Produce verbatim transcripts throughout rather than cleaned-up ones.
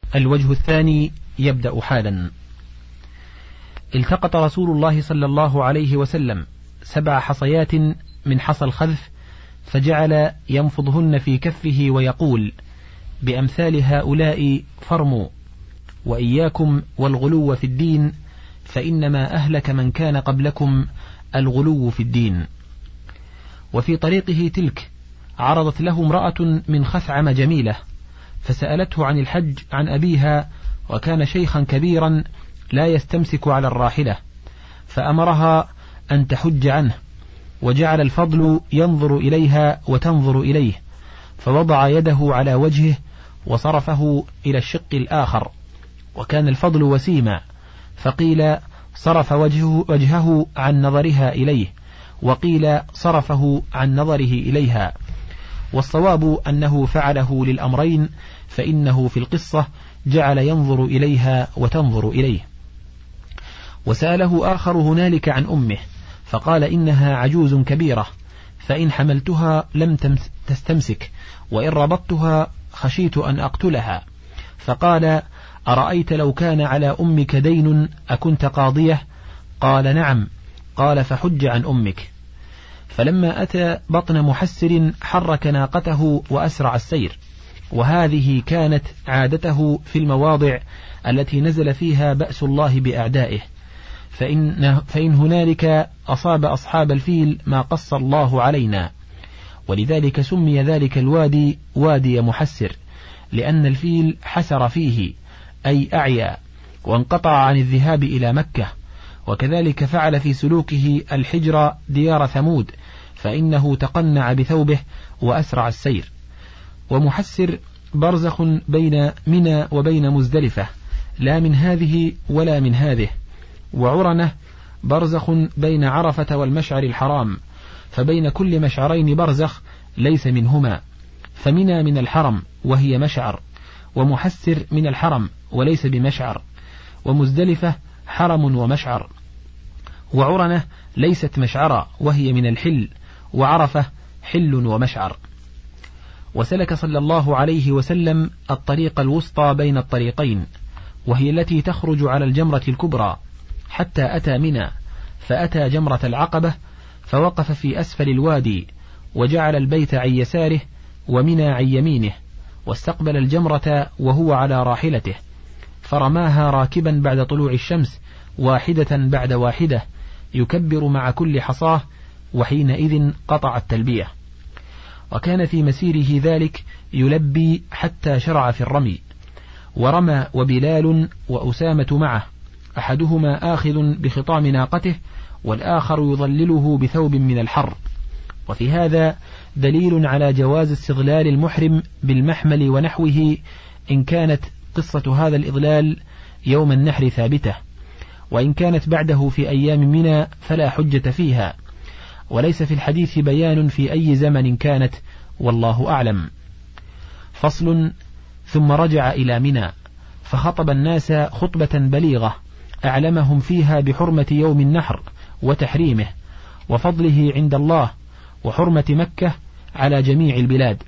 الوجه الثاني يبدأ حالا. التقط رسول الله صلى الله عليه وسلم سبع حصيات من حصى الخذف، فجعل ينفضهن في كفه ويقول: بأمثال هؤلاء فرموا، وإياكم والغلو في الدين، فإنما أهلك من كان قبلكم الغلو في الدين. وفي طريقه تلك عرضت له امرأة من خثعم جميلة، فسألته عن الحج عن أبيها، وكان شيخا كبيرا لا يستمسك على الراحلة، فأمرها أن تحج عنه، وجعل الفضل ينظر إليها وتنظر إليه، فوضع يده على وجهه وصرفه إلى الشق الآخر، وكان الفضل وسيما، فقيل صرف وجهه, وجهه عن نظرها إليه، وقيل صرفه عن نظره إليها، والصواب أنه فعله للأمرين، فإنه في القصة جعل ينظر إليها وتنظر إليه. وسأله آخر هنالك عن أمه، فقال إنها عجوز كبيرة، فإن حملتها لم تستمسك، وإن ربطتها خشيت أن أقتلها، فقال: أرأيت لو كان على أمك دين أكنت قاضية؟ قال: نعم. قال: فحج عن أمك. فلما أتى بطن محسر حرك ناقته وأسرع السير، وهذه كانت عادته في المواضع التي نزل فيها بأس الله بأعدائه، فإن, فإن هنالك أصاب أصحاب الفيل ما قص الله علينا، ولذلك سمي ذلك الوادي وادي محسر، لأن الفيل حسر فيه أي أعيا، وانقطع عن الذهاب إلى مكة. وكذلك فعل في سلوكه الحجر ديار ثمود، فإنه تقنع بثوبه وأسرع السير. ومحسر برزخ بين منى وبين مزدلفة، لا من هذه ولا من هذه. وعرنة برزخ بين عرفة والمشعر الحرام، فبين كل مشعرين برزخ ليس منهما، فمنى من الحرم وهي مشعر، ومحسر من الحرم وليس بمشعر، ومزدلفة حرم ومشعر، وعرنة ليست مشعرا وهي من الحل، وعرفة حل ومشعر. وسلك صلى الله عليه وسلم الطريق الوسطى بين الطريقين، وهي التي تخرج على الجمرة الكبرى، حتى أتى منى، فأتى جمرة العقبة، فوقف في أسفل الوادي، وجعل البيت عن يساره ومنى عن يمينه، واستقبل الجمرة وهو على راحلته، فرماها راكبا بعد طلوع الشمس، واحدة بعد واحدة، يكبر مع كل حصاه، وحينئذ قطع التلبية. وكان في مسيره ذلك يلبي حتى شرع في الرمي، ورمى وبلال وأسامة معه، أحدهما آخذ بخطام ناقته، والآخر يظلله بثوب من الحر. وفي هذا دليل على جواز استظلال المحرم بالمحمل ونحوه، إن كانت قصة هذا الإضلال يوم النحر ثابتة، وإن كانت بعده في أيام منى فلا حجة فيها، وليس في الحديث بيان في أي زمن كانت، والله أعلم. فصل. ثم رجع إلى منى، فخطب الناس خطبة بليغة أعلمهم فيها بحرمة يوم النحر وتحريمه، وفضله عند الله، وحرمة مكة على جميع البلاد،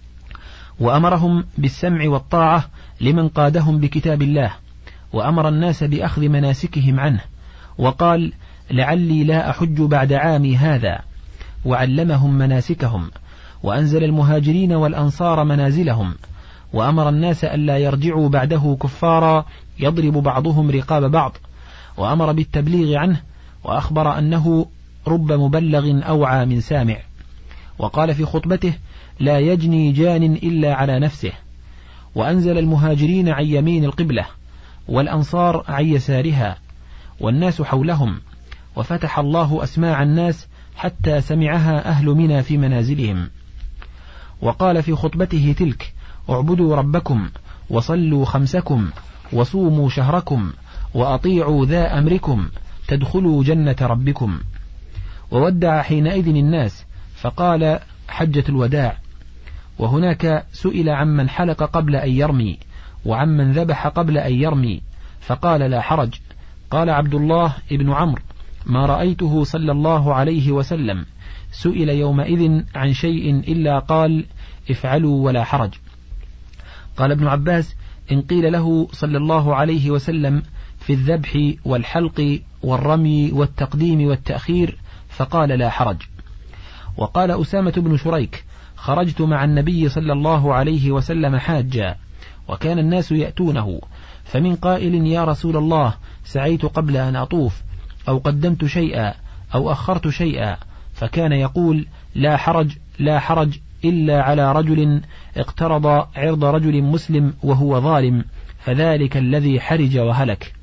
وأمرهم بالسمع والطاعة لمن قادهم بكتاب الله، وأمر الناس بأخذ مناسكهم عنه، وقال: لعلي لا أحج بعد عامي هذا، وعلمهم مناسكهم، وأنزل المهاجرين والأنصار منازلهم، وأمر الناس ألا يرجعوا بعده كفارا يضرب بعضهم رقاب بعض، وأمر بالتبليغ عنه، وأخبر أنه رب مبلغ أوعى من سامع. وقال في خطبته: لا يجني جان إلا على نفسه. وأنزل المهاجرين عن يمين القبلة، والأنصار عن يسارها، والناس حولهم، وفتح الله أسماع الناس حتى سمعها أهل منى في منازلهم. وقال في خطبته تلك: اعبدوا ربكم، وصلوا خمسكم، وصوموا شهركم، وأطيعوا ذا أمركم، تدخلوا جنة ربكم. وودع حينئذ الناس، فقال: حجة الوداع. وهناك سئل عمن حلق قبل أن يرمي، وعمن ذبح قبل أن يرمي، فقال: لا حرج. قال عبد الله ابن عمرو: ما رأيته صلى الله عليه وسلم سئل يومئذ عن شيء إلا قال: افعلوا ولا حرج. قال ابن عباس: إن قيل له صلى الله عليه وسلم في الذبح والحلق والرمي والتقديم والتأخير فقال لا حرج. وقال أسامة بن شريك خرجت مع النبي صلى الله عليه وسلم حاجا وكان الناس يأتونه، فمن قائل يا رسول الله سعيت قبل أن أطوف أو قدمت شيئا أو أخرت شيئا، فكان يقول لا حرج لا حرج إلا على رجل اقترض عرض رجل مسلم وهو ظالم، فذلك الذي حرج وهلك.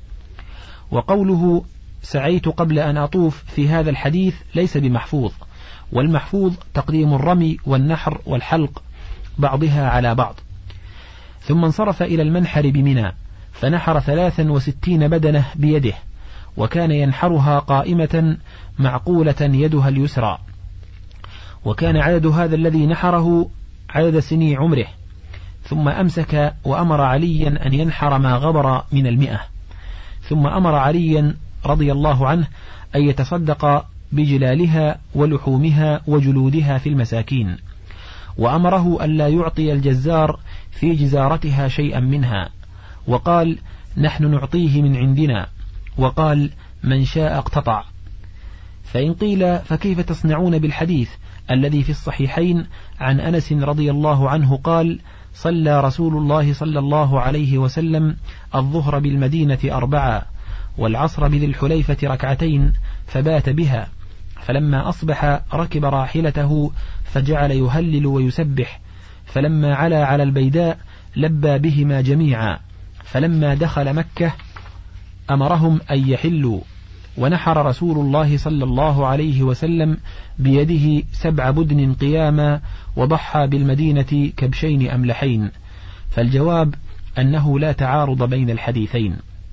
وقوله سعيت قبل أن أطوف في هذا الحديث ليس بمحفوظ، والمحفوظ تقديم الرمي والنحر والحلق بعضها على بعض. ثم انصرف إلى المنحر بمنى فنحر ثلاثا وستين بدنة بيده، وكان ينحرها قائمة معقولة يدها اليسرى، وكان عدد هذا الذي نحره عدد سني عمره. ثم أمسك وأمر عليا أن ينحر ما غبر من المئة، ثم أمر عليا رضي الله عنه أن يتصدق بجلالها ولحومها وجلودها في المساكين، وأمره أن لا يعطي الجزار في جزارتها شيئا منها، وقال نحن نعطيه من عندنا، وقال من شاء اقتطع. فإن قيل فكيف تصنعون بالحديث الذي في الصحيحين عن أنس رضي الله عنه قال صلى رسول الله صلى الله عليه وسلم الظهر بالمدينة أربعة والعصر بذي الحليفة ركعتين فبات بها، فلما أصبح ركب راحلته فجعل يهلل ويسبح، فلما علا على البيداء لبى بهما جميعا، فلما دخل مكة أمرهم أن يحلوا، ونحر رسول الله صلى الله عليه وسلم بيده سبع بدن قياما وضحى بالمدينة كبشين أملحين. فالجواب أنه لا تعارض بين الحديثين.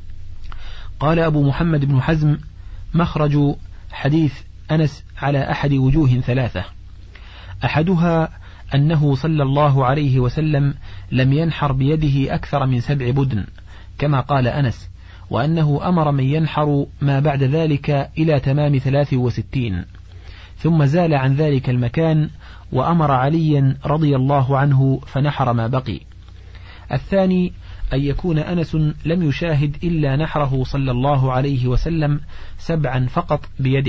قال أبو محمد بن حزم مخرج حديث أنس على أحد وجوه ثلاثة، أحدها أنه صلى الله عليه وسلم لم ينحر بيده أكثر من سبع بدن كما قال أنس، وأنه أمر من ينحر ما بعد ذلك إلى تمام ثلاث وستين، ثم زال عن ذلك المكان وأمر عليا رضي الله عنه فنحر ما بقي. الثاني أن يكون أنس لم يشاهد إلا نحره صلى الله عليه وسلم سبعا فقط بيده،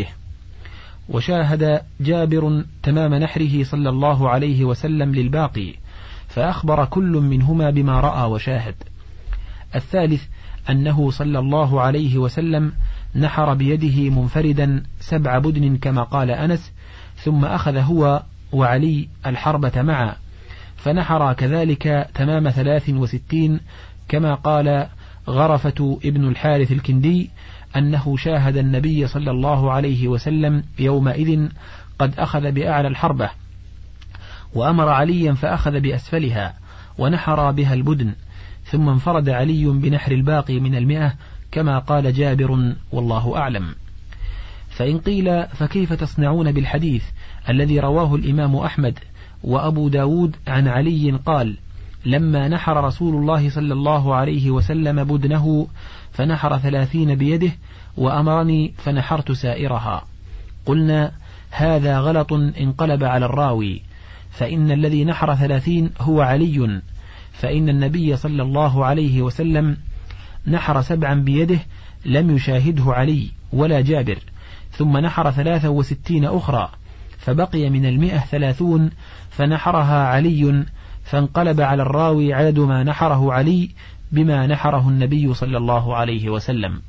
وشاهد جابر تمام نحره صلى الله عليه وسلم للباقي، فأخبر كل منهما بما رأى وشاهد. الثالث أنه صلى الله عليه وسلم نحر بيده منفردا سبع بدن كما قال أنس، ثم أخذ هو وعلي الحربة معا فنحر كذلك تمام ثلاث وستين كما قال غرفة ابن الحارث الكندي أنه شاهد النبي صلى الله عليه وسلم يومئذ قد أخذ بأعلى الحربة، وأمر عليا فأخذ بأسفلها ونحر بها البدن، ثم انفرد علي بنحر الباقي من المئة كما قال جابر والله أعلم. فإن قيل فكيف تصنعون بالحديث الذي رواه الإمام أحمد وأبو داود عن علي قال لما نحر رسول الله صلى الله عليه وسلم بدنه فنحر ثلاثين بيده وأمرني فنحرت سائرها؟ قلنا هذا غلط انقلب على الراوي، فإن الذي نحر ثلاثين هو علي، فإن النبي صلى الله عليه وسلم نحر سبعا بيده لم يشاهده علي ولا جابر، ثم نحر ثلاثة وستين أخرى، فبقي من المئة ثلاثون فنحرها علي، فانقلب على الراوي عدد ما نحره علي بما نحره النبي صلى الله عليه وسلم.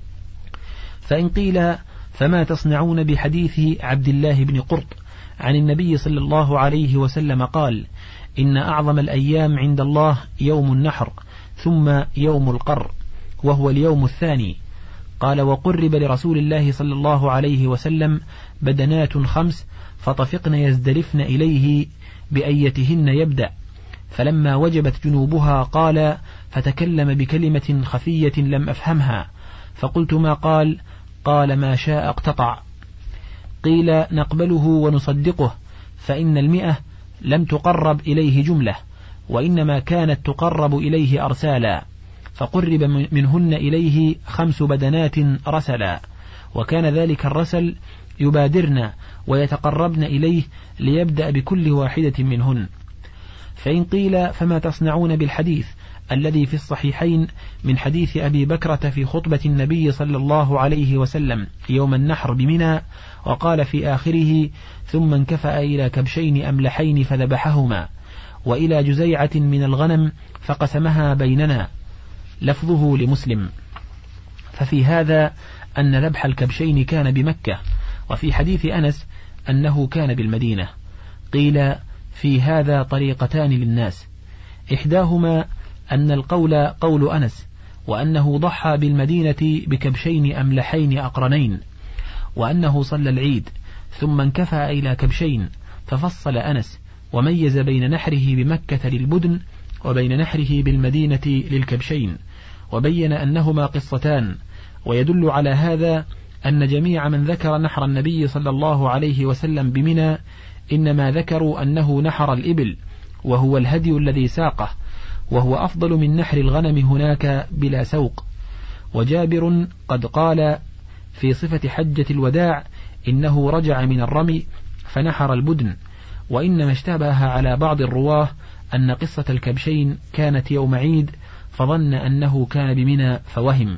فإن قيل فما تصنعون بحديث عبد الله بن قرط عن النبي صلى الله عليه وسلم قال إن أعظم الأيام عند الله يوم النحر ثم يوم القر وهو اليوم الثاني. قال وقرب لرسول الله صلى الله عليه وسلم بدنات خمس فطفقن يزدرفن إليه بأيتهن يبدأ، فلما وجبت جنوبها قال فتكلم بكلمة خفية لم أفهمها، فقلت ما قال؟ قال ما شاء اقتطع. قيل نقبله ونصدقه، فإن المئة لم تقرب إليه جملة، وإنما كانت تقرب إليه أرسالا، فقرب منهن إليه خمس بدنات رسلا، وكان ذلك الرسل يبادرن ويتقربن إليه ليبدأ بكل واحدة منهن. فإن قيل فما تصنعون بالحديث الذي في الصحيحين من حديث أبي بكرة في خطبة النبي صلى الله عليه وسلم يوم النحر بمنى، وقال في آخره: ثم انكفأ إلى كبشين أملحين فذبحهما، وإلى جزيعة من الغنم فقسمها بيننا، لفظه لمسلم. ففي هذا أن ذبح الكبشين كان بمكة، وفي حديث أنس أنه كان بالمدينة. قيل في هذا طريقتان للناس، إحداهما أن القول قول أنس، وأنه ضحى بالمدينة بكبشين أملحين أقرنين، وأنه صلى العيد ثم انكفأ إلى كبشين، ففصل أنس وميز بين نحره بمكة للبدن وبين نحره بالمدينة للكبشين، وبين أنهما قصتان. ويدل على هذا أن جميع من ذكر نحر النبي صلى الله عليه وسلم بمنى إنما ذكروا أنه نحر الإبل، وهو الهدي الذي ساقه، وهو أفضل من نحر الغنم هناك بلا سوق. وجابر قد قال في صفة حجة الوداع إنه رجع من الرمي فنحر البدن، وإنما اشتبه على بعض الرواه أن قصة الكبشين كانت يوم عيد فظن أنه كان بمنى فوهم.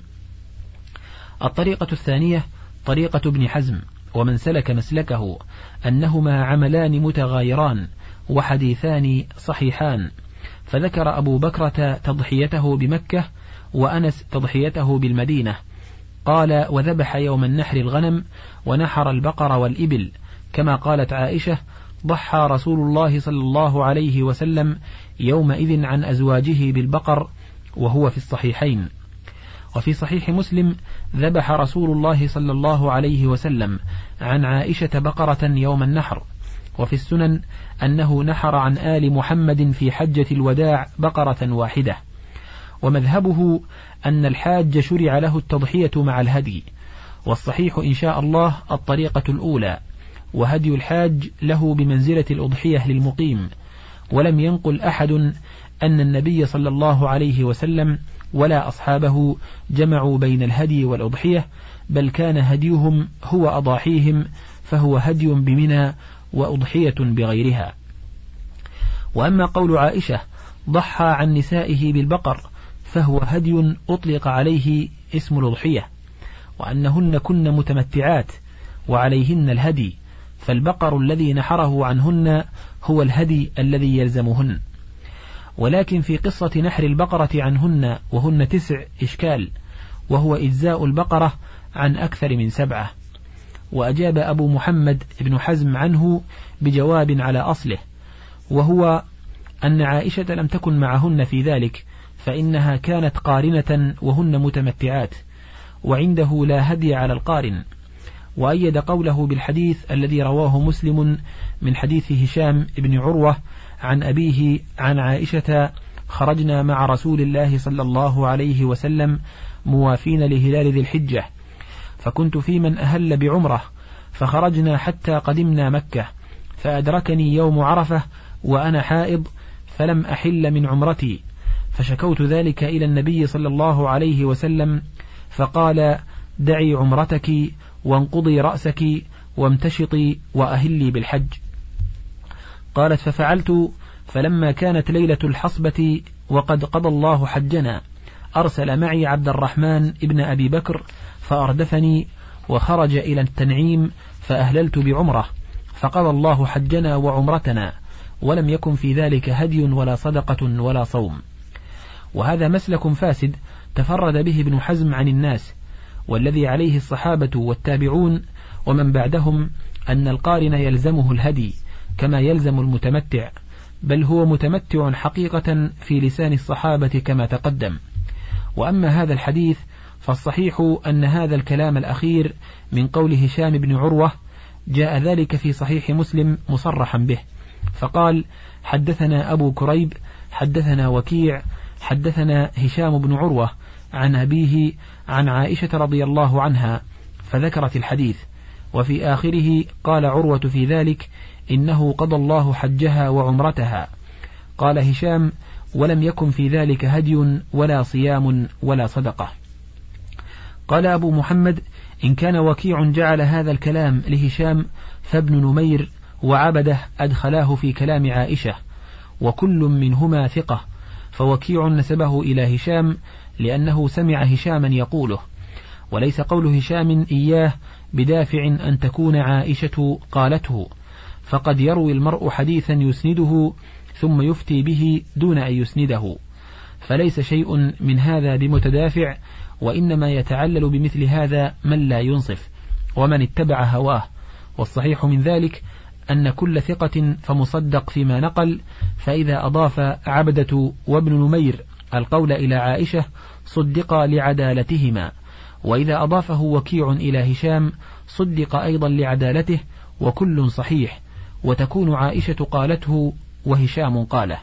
الطريقة الثانية طريقة ابن حزم ومن سلك مسلكه، أنهما عملان متغايران وحديثان صحيحان، فذكر أبو بكرة تضحيته بمكة وأنس تضحيته بالمدينة. قال: وذبح يوم النحر الغنم ونحر البقر والإبل، كما قالت عائشة: ضحى رسول الله صلى الله عليه وسلم يومئذ عن أزواجه بالبقر، وهو في الصحيحين. وفي صحيح مسلم: ذبح رسول الله صلى الله عليه وسلم عن عائشة بقرة يوم النحر. وفي السنن أنه نحر عن آل محمد في حجة الوداع بقرة واحدة. ومذهبه أن الحاج شرع له التضحية مع الهدي، والصحيح إن شاء الله الطريقة الأولى، وهدي الحاج له بمنزلة الأضحية للمقيم. ولم ينقل أحد أن النبي صلى الله عليه وسلم ولا أصحابه جمعوا بين الهدي والأضحية، بل كان هديهم هو أضاحيهم، فهو هدي بمنى وأضحية بغيرها. وأما قول عائشة: ضحى عن نسائه بالبقر، فهو هدي أطلق عليه اسم الأضحية، وأنهن كن متمتعات وعليهن الهدي، فالبقر الذي نحره عنهن هو الهدي الذي يلزمهن. ولكن في قصة نحر البقرة عنهن وهن تسع إشكال، وهو إجزاء البقرة عن أكثر من سبعة. وأجاب أبو محمد ابن حزم عنه بجواب على أصله، وهو أن عائشة لم تكن معهن في ذلك، فإنها كانت قارنة وهن متمتعات، وعنده لا هدي على القارن. وأيد قوله بالحديث الذي رواه مسلم من حديث هشام بن عروة عن أبيه عن عائشة: خرجنا مع رسول الله صلى الله عليه وسلم موافين لهلال ذي الحجة، فكنت في من أهل بعمرة، فخرجنا حتى قدمنا مكة، فأدركني يوم عرفة وأنا حائض، فلم أحل من عمرتي، فشكوت ذلك إلى النبي صلى الله عليه وسلم، فقال: دعي عمرتك وانقضي رأسك وامتشطي وأهلي بالحج. قالت: ففعلت، فلما كانت ليلة الحصبة وقد قضى الله حجنا، أرسل معي عبد الرحمن ابن أبي بكر فأردفني، وخرج إلى التنعيم، فأهللت بعمرة، فقضى الله حجنا وعمرتنا، ولم يكن في ذلك هدي ولا صدقة ولا صوم. وهذا مسلك فاسد تفرد به ابن حزم عن الناس، والذي عليه الصحابة والتابعون ومن بعدهم أن القارن يلزمه الهدي كما يلزم المتمتع، بل هو متمتع حقيقة في لسان الصحابة كما تقدم. وأما هذا الحديث فالصحيح أن هذا الكلام الأخير من قول هشام بن عروة جاء ذلك في صحيح مسلم مصرحا به، فقال: حدثنا أبو كريب حدثنا وكيع حدثنا هشام بن عروة عن أبيه عن عائشة رضي الله عنها، فذكرت الحديث. وفي آخره قال عروة في ذلك: إنه قضى الله حجها وعمرتها. قال هشام: ولم يكن في ذلك هدي ولا صيام ولا صدقة. قال أبو محمد: إن كان وكيع جعل هذا الكلام لهشام فابن نمير وعبده أدخلاه في كلام عائشة، وكل منهما ثقة، فوكيع نسبه إلى هشام لأنه سمع هشاما يقوله، وليس قول هشام إياه بدافع أن تكون عائشة قالته، فقد يروي المرء حديثا يسنده ثم يفتي به دون أن يسنده، فليس شيء من هذا بمتدافع، وإنما يتعلل بمثل هذا من لا ينصف ومن اتبع هواه. والصحيح من ذلك أن كل ثقة فمصدق فيما نقل، فإذا أضاف عبدة وابن نمير القول إلى عائشة صدق لعدالتهما، وإذا أضافه وكيع إلى هشام صدق أيضا لعدالته، وكل صحيح، وتكون عائشة قالته وهشام قاله.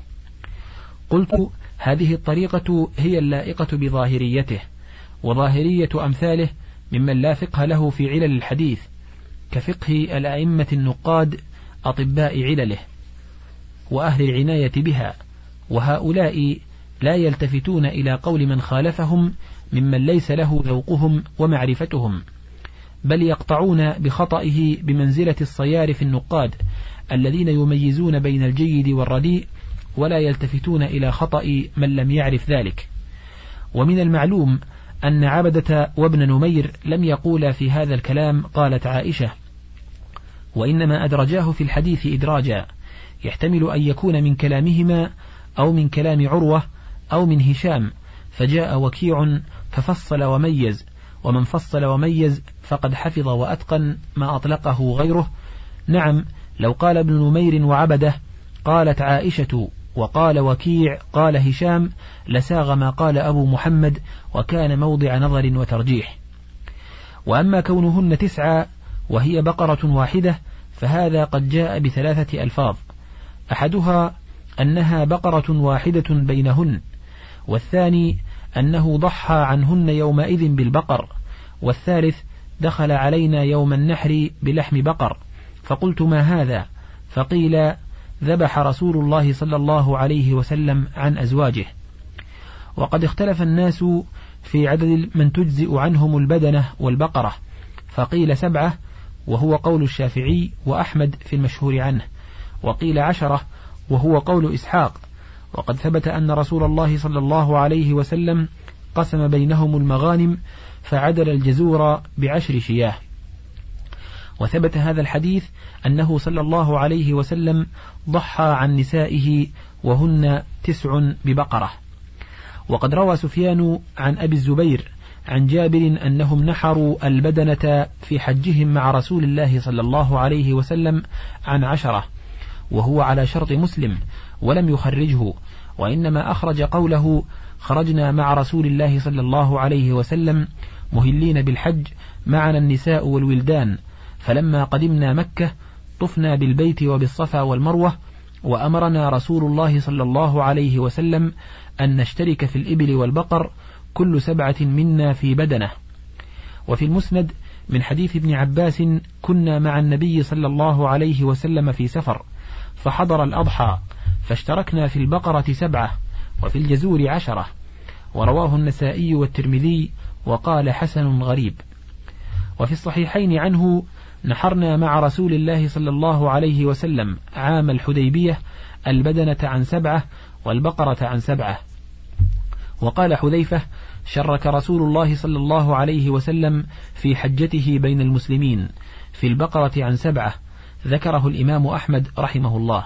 قلت هذه الطريقة هي اللائقة بظاهريته، وظاهرية أمثاله ممن لا فقه له في علل الحديث كفقه الأئمة النقاد أطباء علله وأهل العناية بها، وهؤلاء لا يلتفتون إلى قول من خالفهم ممن ليس له ذوقهم ومعرفتهم، بل يقطعون بخطئه بمنزلة الصيارف النقاد الذين يميزون بين الجيد والرديء، ولا يلتفتون إلى خطأ من لم يعرف ذلك. ومن المعلوم أن عبدة وابن نمير لم يقولا في هذا الكلام قالت عائشة، وإنما أدرجاه في الحديث إدراجا يحتمل أن يكون من كلامهما أو من كلام عروة أو من هشام، فجاء وكيع ففصل وميز، ومن فصل وميز فقد حفظ وأتقن ما أطلقه غيره. نعم، لو قال ابن نمير وعبده قالت عائشة وقال وكيع قال هشام لساغ ما قال أبو محمد، وكان موضع نظر وترجيح. وأما كونهن تسعة وهي بقرة واحدة فهذا قد جاء بثلاثة ألفاظ، أحدها أنها بقرة واحدة بينهن، والثاني أنه ضحى عنهن يومئذ بالبقر، والثالث دخل علينا يوم النحر بلحم بقر. فقلت ما هذا؟ فقيل ذبح رسول الله صلى الله عليه وسلم عن أزواجه. وقد اختلف الناس في عدد من تجزئ عنهم البدنة والبقرة، فقيل سبعة وهو قول الشافعي وأحمد في المشهور عنه، وقيل عشرة وهو قول إسحاق. وقد ثبت أن رسول الله صلى الله عليه وسلم قسم بينهم المغانم فعدل الجزور بعشر شياه. وثبت هذا الحديث أنه صلى الله عليه وسلم ضحى عن نسائه وهن تسع ببقرة. وقد روى سفيان عن أبي الزبير عن جابر أنهم نحروا البدنة في حجهم مع رسول الله صلى الله عليه وسلم عن عشرة، وهو على شرط مسلم ولم يخرجه، وإنما أخرج قوله خرجنا مع رسول الله صلى الله عليه وسلم مهلين بالحج معنا النساء والولدان، فلما قدمنا مكة طفنا بالبيت وبالصفا والمروة، وأمرنا رسول الله صلى الله عليه وسلم أن نشترك في الإبل والبقر كل سبعة منا في بدنة. وفي المسند من حديث ابن عباس كنا مع النبي صلى الله عليه وسلم في سفر فحضر الأضحى فاشتركنا في البقرة سبعة وفي الجزور عشرة، ورواه النسائي والترمذي وقال حسن غريب. وفي الصحيحين عنه نحرنا مع رسول الله صلى الله عليه وسلم عام الحديبية البدنة عن سبعة والبقرة عن سبعة. وقال حذيفة شرك رسول الله صلى الله عليه وسلم في حجته بين المسلمين في البقرة عن سبعة، ذكره الإمام أحمد رحمه الله.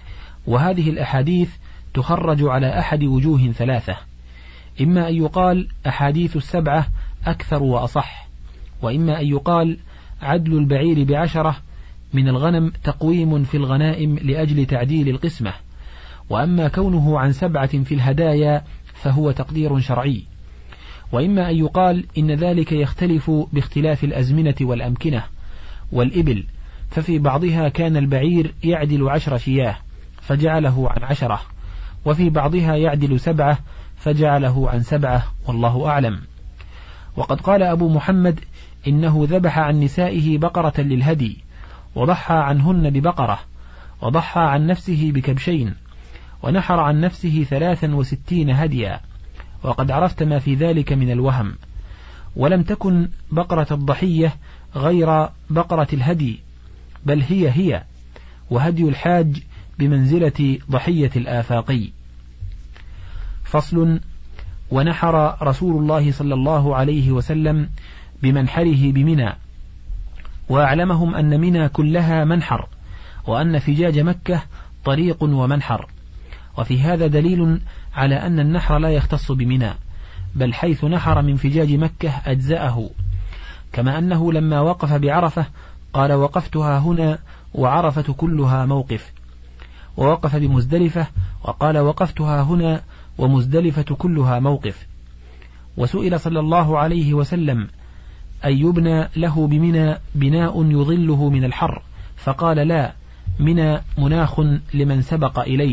وهذه الأحاديث تخرج على أحد وجوه ثلاثة، إما أن يقال أحاديث السبعة أكثر وأصح، وإما أن يقال عدل البعير بعشرة من الغنم تقويم في الغنائم لأجل تعديل القسمة، وأما كونه عن سبعة في الهدايا فهو تقدير شرعي، وإما أن يقال إن ذلك يختلف باختلاف الأزمنة والأمكنة. والإبل ففي بعضها كان البعير يعدل عشر شياه فجعله عن عشرة، وفي بعضها يعدل سبعة فجعله عن سبعة، والله أعلم. وقد قال أبو محمد إنه ذبح عن نسائه بقرة للهدي، وضحى عنهن ببقرة، وضحى عن نفسه بكبشين، ونحر عن نفسه ثلاثا وستين هديا، وقد عرفت ما في ذلك من الوهم. ولم تكن بقرة الضحية غير بقرة الهدي، بل هي هي، وهدي الحاج بمنزلة ضحية الآفاقي. فصل. ونحر رسول الله صلى الله عليه وسلم بمنحره بمنى، وأعلمهم أن منى كلها منحر، وأن فجاج مكة طريق ومنحر. وفي هذا دليل على أن النحر لا يختص بمنى، بل حيث نحر من فجاج مكة أجزأه، كما أنه لما وقف بعرفة قال وقفتها هنا وعرفة كلها موقف، ووقف بمزدلفة وقال وقفتها هنا ومزدلفة كلها موقف. وسئل صلى الله عليه وسلم أن يبنى له بمنى بناء يظله من الحر، فقال لا، منى مناخ لمن سبق إليه.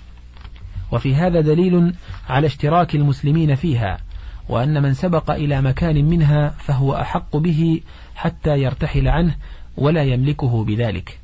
وفي هذا دليل على اشتراك المسلمين فيها، وأن من سبق إلى مكان منها فهو أحق به حتى يرتحل عنه ولا يملكه بذلك.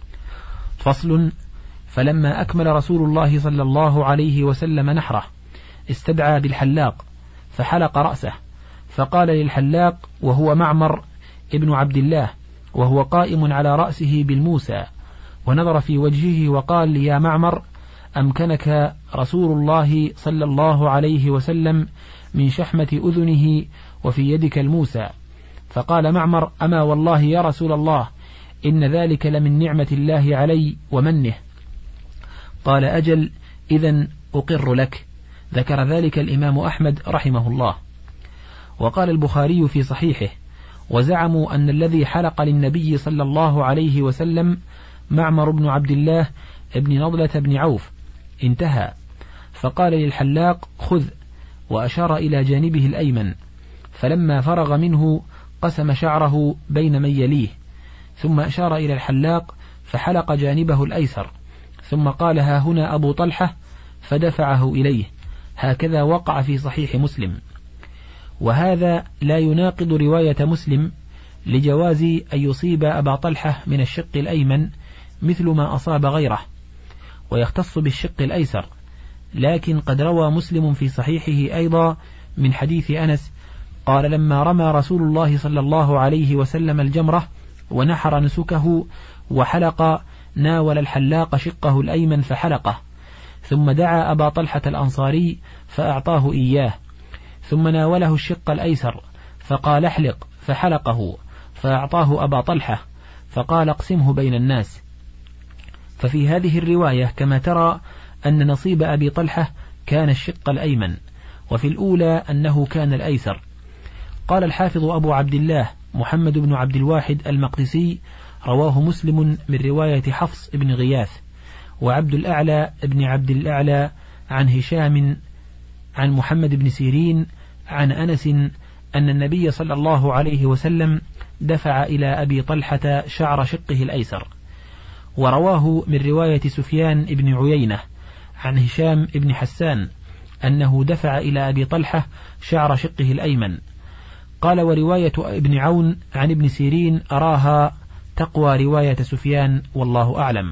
فصل. فلما أكمل رسول الله صلى الله عليه وسلم نحره استدعى بالحلاق فحلق رأسه، فقال للحلاق وهو معمر ابن عبد الله وهو قائم على رأسه بالموسى، ونظر في وجهه وقال يا معمر أمكنك رسول الله صلى الله عليه وسلم من شحمة أذنه وفي يدك الموسى. فقال معمر أما والله يا رسول الله إن ذلك لمن نعمة الله علي ومنه. قال أجل إذن أقر لك. ذكر ذلك الإمام أحمد رحمه الله. وقال البخاري في صحيحه وزعموا أن الذي حلق للنبي صلى الله عليه وسلم معمر بن عبد الله ابن نضلة بن عوف. انتهى. فقال للحلاق خذ، وأشار إلى جانبه الأيمن، فلما فرغ منه قسم شعره بين من يليه، ثم أشار إلى الحلاق فحلق جانبه الأيسر، ثم قال ها هنا أبو طلحة فدفعه إليه. هكذا وقع في صحيح مسلم. وهذا لا يناقض رواية مسلم لجواز أن يصيب أبا طلحة من الشق الأيمن مثل ما أصاب غيره، ويختص بالشق الأيسر. لكن قد روى مسلم في صحيحه أيضا من حديث أنس قال لما رمى رسول الله صلى الله عليه وسلم الجمرة ونحر نسكه وحلق ناول الحلاق شقه الأيمن فحلقه، ثم دعا أبا طلحة الأنصاري فأعطاه إياه، ثم ناوله الشق الأيسر فقال احلق، فحلقه فأعطاه أبا طلحة فقال اقسمه بين الناس. ففي هذه الرواية كما ترى أن نصيب أبي طلحة كان الشق الأيمن، وفي الأولى أنه كان الأيسر. قال الحافظ أبو عبد الله محمد بن عبد الواحد المقدسي رواه مسلم من رواية حفص بن غياث وعبد الأعلى بن عبد الأعلى عن هشام عن محمد بن سيرين عن أنس أن النبي صلى الله عليه وسلم دفع إلى أبي طلحة شعر شقه الأيسر. ورواه من رواية سفيان بن عيينة عن هشام بن حسان أنه دفع إلى أبي طلحة شعر شقه الأيمن. قال ورواية ابن عون عن ابن سيرين أراها تقوى رواية سفيان والله أعلم.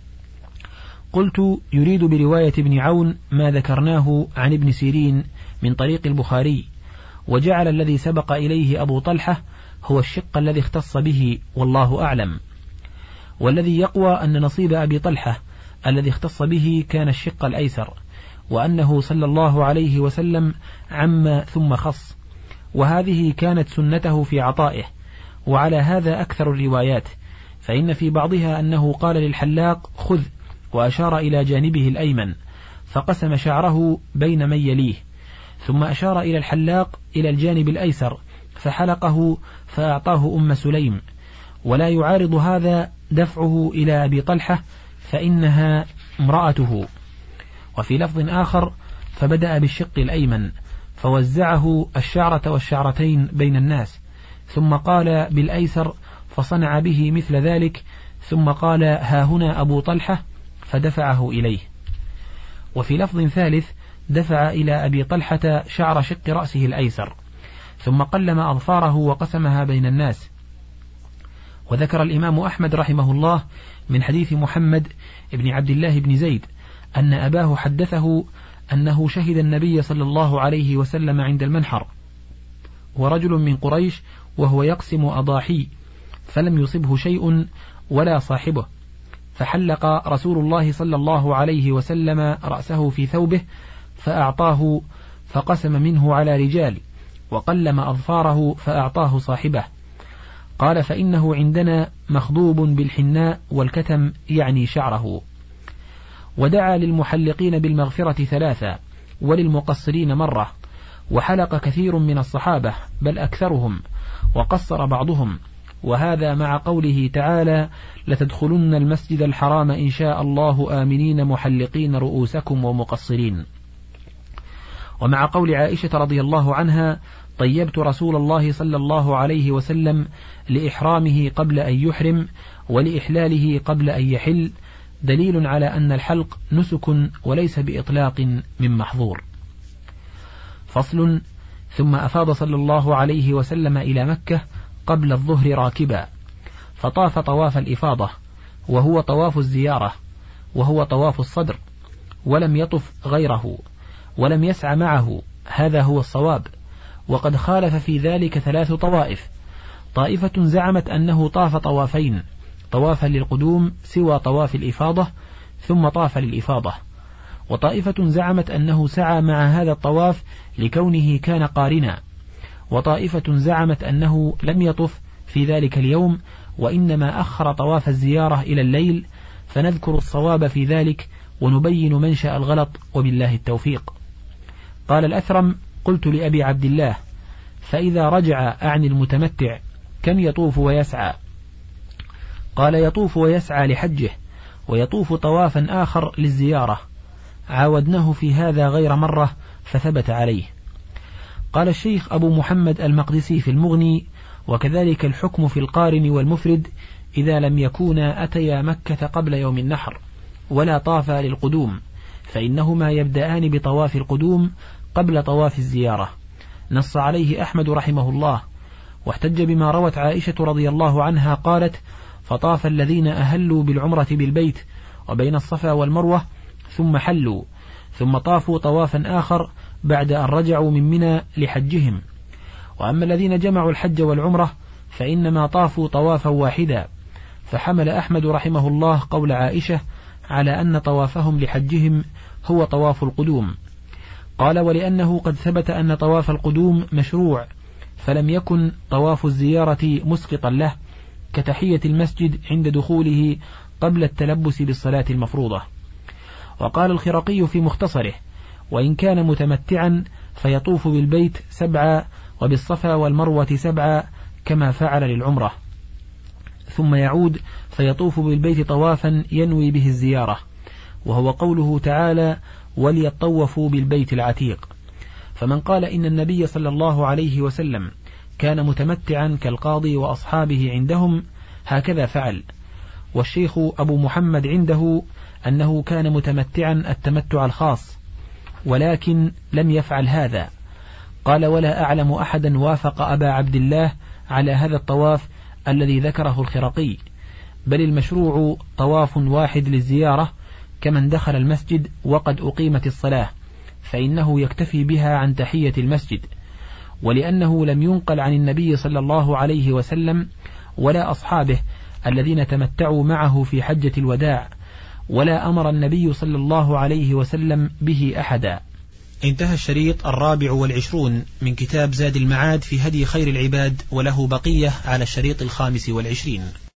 قلت يريد برواية ابن عون ما ذكرناه عن ابن سيرين من طريق البخاري، وجعل الذي سبق إليه أبو طلحة هو الشق الذي اختص به والله أعلم. والذي يقوى أن نصيب أبي طلحة الذي اختص به كان الشق الأيسر، وأنه صلى الله عليه وسلم عم ثم خص، وهذه كانت سنته في عطائه. وعلى هذا أكثر الروايات، فإن في بعضها أنه قال للحلاق خذ، وأشار إلى جانبه الأيمن فقسم شعره بين من يليه، ثم أشار إلى الحلاق إلى الجانب الأيسر فحلقه فأعطاه أم سليم. ولا يعارض هذا دفعه إلى أبي طلحة فإنها امرأته. وفي لفظ آخر فبدأ بالشق الأيمن فوزعه الشعرة والشعرتين بين الناس، ثم قال بالأيسر فصنع به مثل ذلك، ثم قال ها هنا أبو طلحة فدفعه إليه. وفي لفظ ثالث دفع إلى أبي طلحة شعر شق رأسه الأيسر، ثم قلم أظفاره وقسمها بين الناس. وذكر الإمام أحمد رحمه الله من حديث محمد بن عبد الله بن زيد أن أباه حدثه أنه شهد النبي صلى الله عليه وسلم عند المنحر، ورجل من قريش وهو يقسم أضاحي فلم يصبه شيء ولا صاحبه، فحلق رسول الله صلى الله عليه وسلم رأسه في ثوبه فأعطاه فقسم منه على رجال، وقلم أظفاره فأعطاه صاحبه. قال فإنه عندنا مخضوب بالحناء والكتم يعني شعره. ودعا للمحلقين بالمغفرة ثلاثة وللمقصرين مرة، وحلق كثير من الصحابة بل أكثرهم، وقصر بعضهم، وهذا مع قوله تعالى لتدخلن المسجد الحرام إن شاء الله آمنين محلقين رؤوسكم ومقصرين. ومع قول عائشة رضي الله عنها طيبت رسول الله صلى الله عليه وسلم لإحرامه قبل أن يحرم ولإحلاله قبل أن يحل، دليل على أن الحلق نسك وليس بإطلاق من محظور. فصل. ثم أفاض صلى الله عليه وسلم إلى مكة قبل الظهر راكبا، فطاف طواف الإفاضة وهو طواف الزيارة، وهو طواف الصدر، ولم يطف غيره، ولم يسع معه، هذا هو الصواب. وقد خالف في ذلك ثلاث طوائف: طائفة زعمت أنه طاف طوافين، طوافا للقدوم سوى طواف الإفاضة ثم طاف للإفاضة، وطائفة زعمت أنه سعى مع هذا الطواف لكونه كان قارنا، وطائفة زعمت أنه لم يطف في ذلك اليوم وإنما أخر طواف الزيارة إلى الليل، فنذكر الصواب في ذلك ونبين منشأ الغلط وبالله التوفيق. قال الأثرم: قلت لأبي عبد الله: فإذا رجع أعني المتمتع كم يطوف ويسعى؟ قال: يطوف ويسعى لحجه، ويطوف طوافا آخر للزيارة. عاودناه في هذا غير مرة فثبت عليه. قال الشيخ أبو محمد المقدسي في المغني: وكذلك الحكم في القارن والمفرد إذا لم يكونا أتيا مكة قبل يوم النحر ولا طافا للقدوم، فإنهما يبدأان بطواف القدوم قبل طواف الزيارة. نص عليه أحمد رحمه الله، واحتج بما روت عائشة رضي الله عنها قالت: فطاف الذين أهلوا بالعمرة بالبيت وبين الصفا والمروة ثم حلوا، ثم طافوا طوافا آخر بعد أن رجعوا من منى لحجهم. وأما الذين جمعوا الحج والعمرة فإنما طافوا طوافا واحدا. فحمل أحمد رحمه الله قول عائشة على أن طوافهم لحجهم هو طواف القدوم. قال: ولأنه قد ثبت أن طواف القدوم مشروع، فلم يكن طواف الزيارة مسقطا له كتحية المسجد عند دخوله قبل التلبس بالصلاة المفروضة. وقال الخرقي في مختصره: وإن كان متمتعا فيطوف بالبيت سبعا وبالصفا والمروة سبعا كما فعل للعمرة، ثم يعود فيطوف بالبيت طوافا ينوي به الزيارة، وهو قوله تعالى: وليطوفوا بالبيت العتيق. فمن قال إن النبي صلى الله عليه وسلم كان متمتعا كالقاضي وأصحابه عندهم هكذا فعل. والشيخ أبو محمد عنده أنه كان متمتعا التمتع الخاص، ولكن لم يفعل هذا. قال: ولا أعلم أحدا وافق أبا عبد الله على هذا الطواف الذي ذكره الخرقي، بل المشروع طواف واحد للزيارة كمن دخل المسجد وقد أقيمت الصلاة، فإنه يكتفي بها عن تحية المسجد. ولأنه لم ينقل عن النبي صلى الله عليه وسلم ولا أصحابه الذين تمتعوا معه في حجة الوداع، ولا أمر النبي صلى الله عليه وسلم به أحدا. انتهى الشريط الرابع والعشرون من كتاب زاد المعاد في هدي خير العباد، وله بقية على الشريط الخامس والعشرين.